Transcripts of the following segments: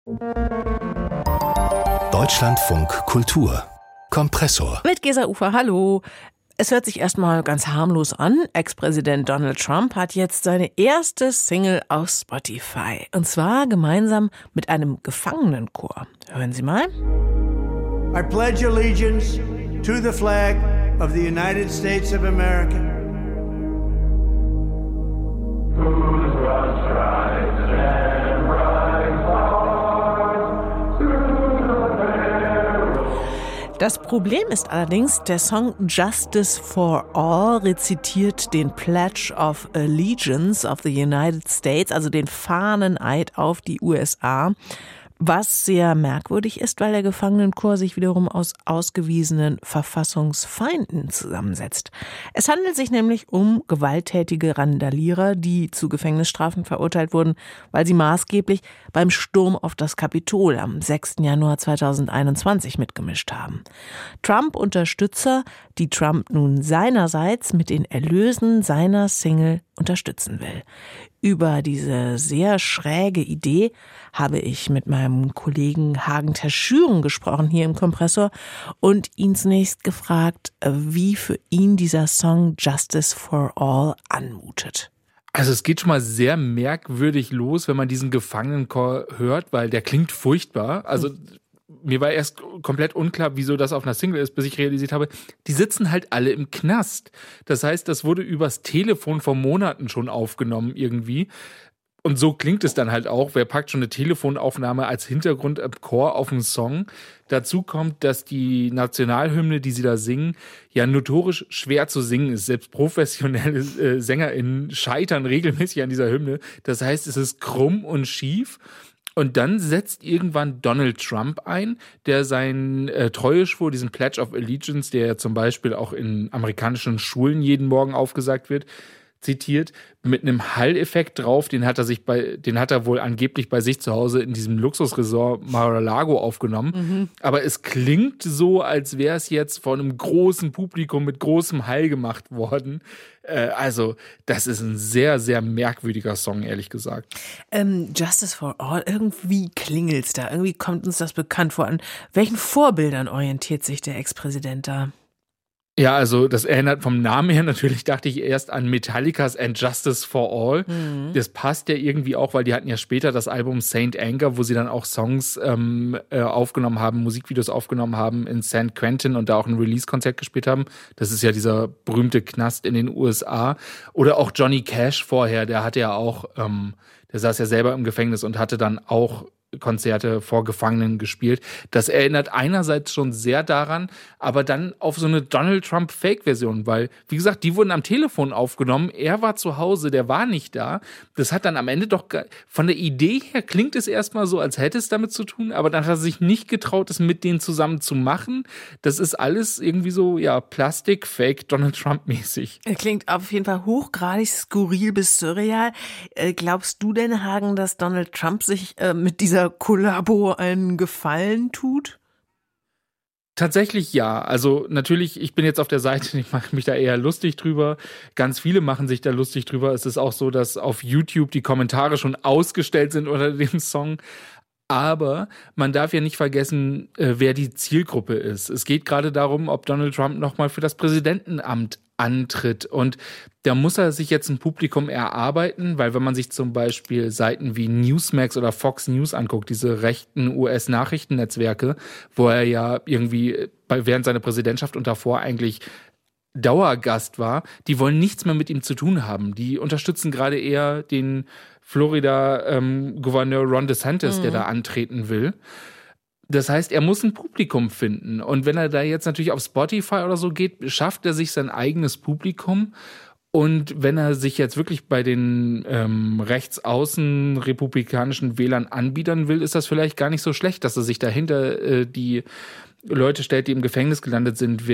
Deutschlandfunk Kultur Kompressor. Mit Gesa Ufer, hallo. Es hört sich erstmal ganz harmlos an. Ex-Präsident Donald Trump hat jetzt seine erste Single auf Spotify. Und zwar gemeinsam mit einem Gefangenenchor. Hören Sie mal. I pledge allegiance to the flag of the United States of America. Das Problem ist allerdings, der Song Justice for All rezitiert den Pledge of Allegiance of the United States, also den Fahneneid auf die USA, was sehr merkwürdig ist, weil der Gefangenenchor sich wiederum aus ausgewiesenen Verfassungsfeinden zusammensetzt. Es handelt sich nämlich um gewalttätige Randalierer, die zu Gefängnisstrafen verurteilt wurden, weil sie maßgeblich beim Sturm auf das Kapitol am 6. Januar 2021 mitgemischt haben. Trump-Unterstützer, die Trump nun seinerseits mit den Erlösen seiner Single unterstützen will. Über diese sehr schräge Idee habe ich mit meinem Kollegen Hagen Terschüren gesprochen hier im Kompressor und ihn zunächst gefragt, wie für ihn dieser Song Justice for All anmutet. Also es geht schon mal sehr merkwürdig los, wenn man diesen Gefangenenchor hört, weil der klingt furchtbar. Also mir war erst komplett unklar, wieso das auf einer Single ist, bis ich realisiert habe, die sitzen halt alle im Knast. Das heißt, das wurde übers Telefon vor Monaten schon aufgenommen irgendwie. Und so klingt es dann halt auch. Wer packt schon eine Telefonaufnahme als Hintergrund im Chor auf einen Song? Dazu kommt, dass die Nationalhymne, die sie da singen, ja notorisch schwer zu singen ist. Selbst professionelle SängerInnen scheitern regelmäßig an dieser Hymne. Das heißt, es ist krumm und schief. Und dann setzt irgendwann Donald Trump ein, der seinen Treueschwur, diesen Pledge of Allegiance, der ja zum Beispiel auch in amerikanischen Schulen jeden Morgen aufgesagt wird, zitiert, mit einem Hall-Effekt drauf, den hat er wohl angeblich bei sich zu Hause in diesem Luxusresort Mar-a-Lago aufgenommen. Aber es klingt so, als wäre es jetzt von einem großen Publikum mit großem Hall gemacht worden. Also, das ist ein sehr, sehr merkwürdiger Song, ehrlich gesagt. Justice for All, irgendwie klingelt's da. Irgendwie kommt uns das bekannt vor. An welchen Vorbildern orientiert sich der Ex-Präsident da? Ja, also das erinnert vom Namen her natürlich, dachte ich erst an Metallica's And Justice for All. Das passt ja irgendwie auch, weil die hatten ja später das Album Saint Anger, wo sie dann auch Songs aufgenommen haben, Musikvideos aufgenommen haben in San Quentin und da auch ein Release-Konzert gespielt haben. Das ist ja dieser berühmte Knast in den USA. Oder auch Johnny Cash vorher, der hatte ja auch, der saß ja selber im Gefängnis und hatte dann auch Konzerte vor Gefangenen gespielt. Das erinnert einerseits schon sehr daran, aber dann auf so eine Donald Trump-Fake-Version, weil, wie gesagt, die wurden am Telefon aufgenommen, er war zu Hause, der war nicht da. Das hat dann am Ende doch, von der Idee her klingt es erstmal so, als hätte es damit zu tun, aber dann hat er sich nicht getraut, es mit denen zusammen zu machen. Das ist alles irgendwie so, ja, Plastik-Fake Donald Trump-mäßig. Klingt auf jeden Fall hochgradig skurril bis surreal. Glaubst du denn, Hagen, dass Donald Trump sich mit dieser Kollabo einen Gefallen tut? Tatsächlich ja. Also natürlich, ich bin jetzt auf der Seite, ich mache mich da eher lustig drüber. Ganz viele machen sich da lustig drüber. Es ist auch so, dass auf YouTube die Kommentare schon ausgestellt sind unter dem Song. Aber man darf ja nicht vergessen, wer die Zielgruppe ist. Es geht gerade darum, ob Donald Trump nochmal für das Präsidentenamt antritt. Und da muss er sich jetzt ein Publikum erarbeiten, weil wenn man sich zum Beispiel Seiten wie Newsmax oder Fox News anguckt, diese rechten US-Nachrichtennetzwerke, wo er ja irgendwie während seiner Präsidentschaft und davor eigentlich Dauergast war, die wollen nichts mehr mit ihm zu tun haben. Die unterstützen gerade eher den Florida-Gouverneur Ron DeSantis, der da antreten will. Das heißt, er muss ein Publikum finden. Und wenn er da jetzt natürlich auf Spotify oder so geht, schafft er sich sein eigenes Publikum. Und wenn er sich jetzt wirklich bei den rechtsaußen republikanischen Wählern anbiedern will, ist das vielleicht gar nicht so schlecht, dass er sich dahinter die Leute stellt, die im Gefängnis gelandet sind,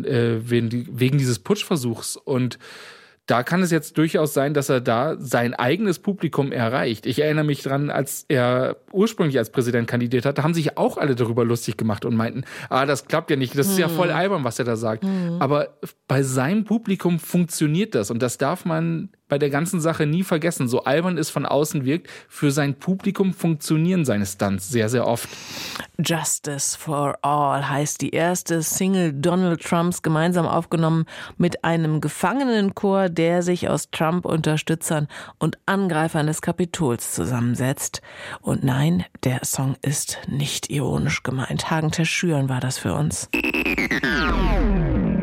wegen dieses Putschversuchs. Und da kann es jetzt durchaus sein, dass er da sein eigenes Publikum erreicht. Ich erinnere mich dran, als er ursprünglich als Präsident kandidiert hat, da haben sich auch alle darüber lustig gemacht und meinten, das klappt ja nicht, das ist ja voll albern, was er da sagt. Aber bei seinem Publikum funktioniert das und das darf man bei der ganzen Sache nie vergessen, so albern es von außen wirkt, für sein Publikum funktionieren seine Stunts sehr, sehr oft. Justice for All heißt die erste Single Donald Trumps, gemeinsam aufgenommen mit einem Gefangenenchor, der sich aus Trump-Unterstützern und Angreifern des Kapitols zusammensetzt. Und nein, der Song ist nicht ironisch gemeint. Hagen Terschüren war das für uns.